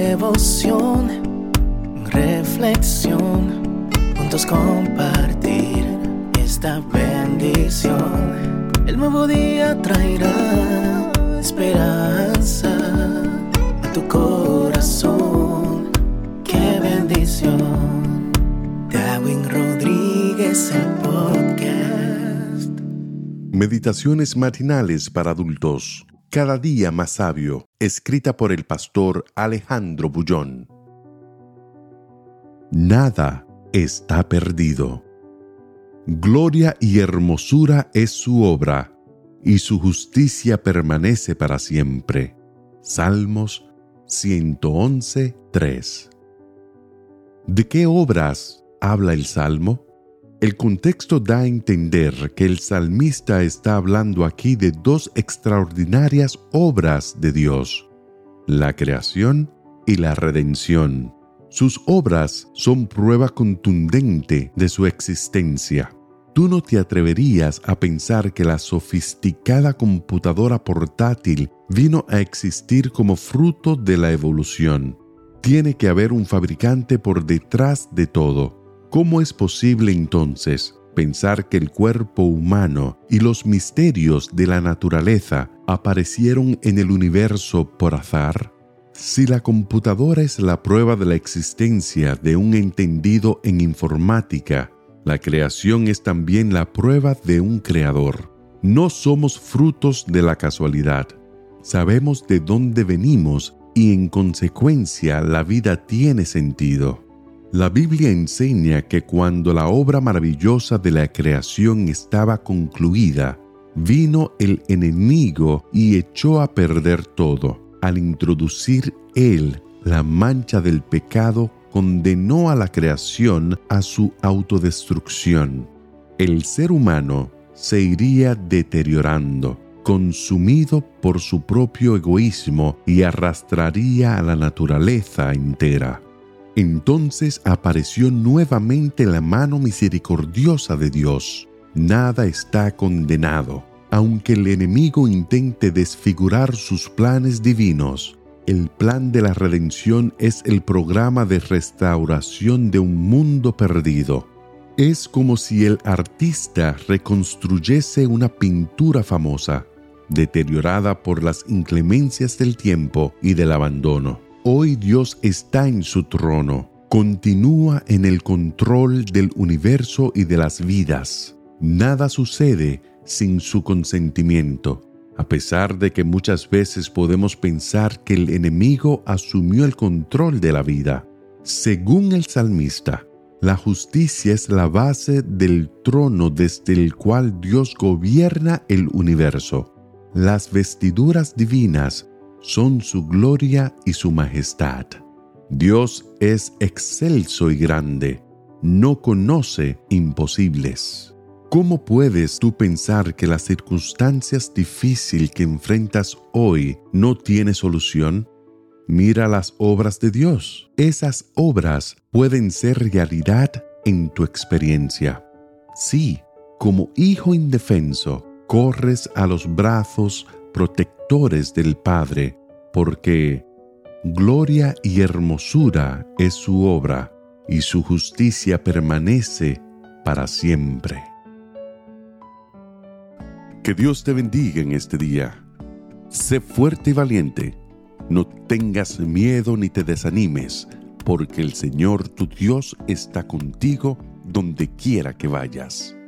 devoción, reflexión, juntos compartir esta bendición. El nuevo día traerá esperanza a tu corazón. ¡Qué bendición! Darwin Rodríguez, el podcast. Meditaciones matinales para adultos. Cada día más sabio. Escrita por el pastor Alejandro Bullón. Nada está perdido. Gloria y hermosura es su obra, y su justicia permanece para siempre. Salmos 111:3. ¿De qué obras habla el Salmo? El contexto da a entender que el salmista está hablando aquí de dos extraordinarias obras de Dios: la creación y la redención. Sus obras son prueba contundente de su existencia. Tú no te atreverías a pensar que la sofisticada computadora portátil vino a existir como fruto de la evolución. Tiene que haber un fabricante por detrás de todo. ¿Cómo es posible entonces pensar que el cuerpo humano y los misterios de la naturaleza aparecieron en el universo por azar? Si la computadora es la prueba de la existencia de un entendido en informática, la creación es también la prueba de un creador. No somos frutos de la casualidad. Sabemos de dónde venimos y en consecuencia la vida tiene sentido. La Biblia enseña que cuando la obra maravillosa de la creación estaba concluida, vino el enemigo y echó a perder todo. Al introducir él la mancha del pecado, condenó a la creación a su autodestrucción. El ser humano se iría deteriorando, consumido por su propio egoísmo, y arrastraría a la naturaleza entera. Entonces apareció nuevamente la mano misericordiosa de Dios. Nada está condenado. Aunque el enemigo intente desfigurar sus planes divinos, el plan de la redención es el programa de restauración de un mundo perdido. Es como si el artista reconstruyese una pintura famosa, deteriorada por las inclemencias del tiempo y del abandono. Hoy Dios está en su trono, continúa en el control del universo y de las vidas. Nada sucede sin su consentimiento, a pesar de que muchas veces podemos pensar que el enemigo asumió el control de la vida. Según el salmista, la justicia es la base del trono desde el cual Dios gobierna el universo. Las vestiduras divinas son su gloria y su majestad. Dios es excelso y grande, no conoce imposibles. ¿Cómo puedes tú pensar que las circunstancias difíciles que enfrentas hoy no tienen solución? Mira las obras de Dios. Esas obras pueden ser realidad en tu experiencia. Sí, como hijo indefenso, corres a los brazos protectores del Padre, porque gloria y hermosura es su obra, y su justicia permanece para siempre. Que Dios te bendiga en este día. Sé fuerte y valiente. No tengas miedo ni te desanimes, porque el Señor tu Dios está contigo donde quiera que vayas.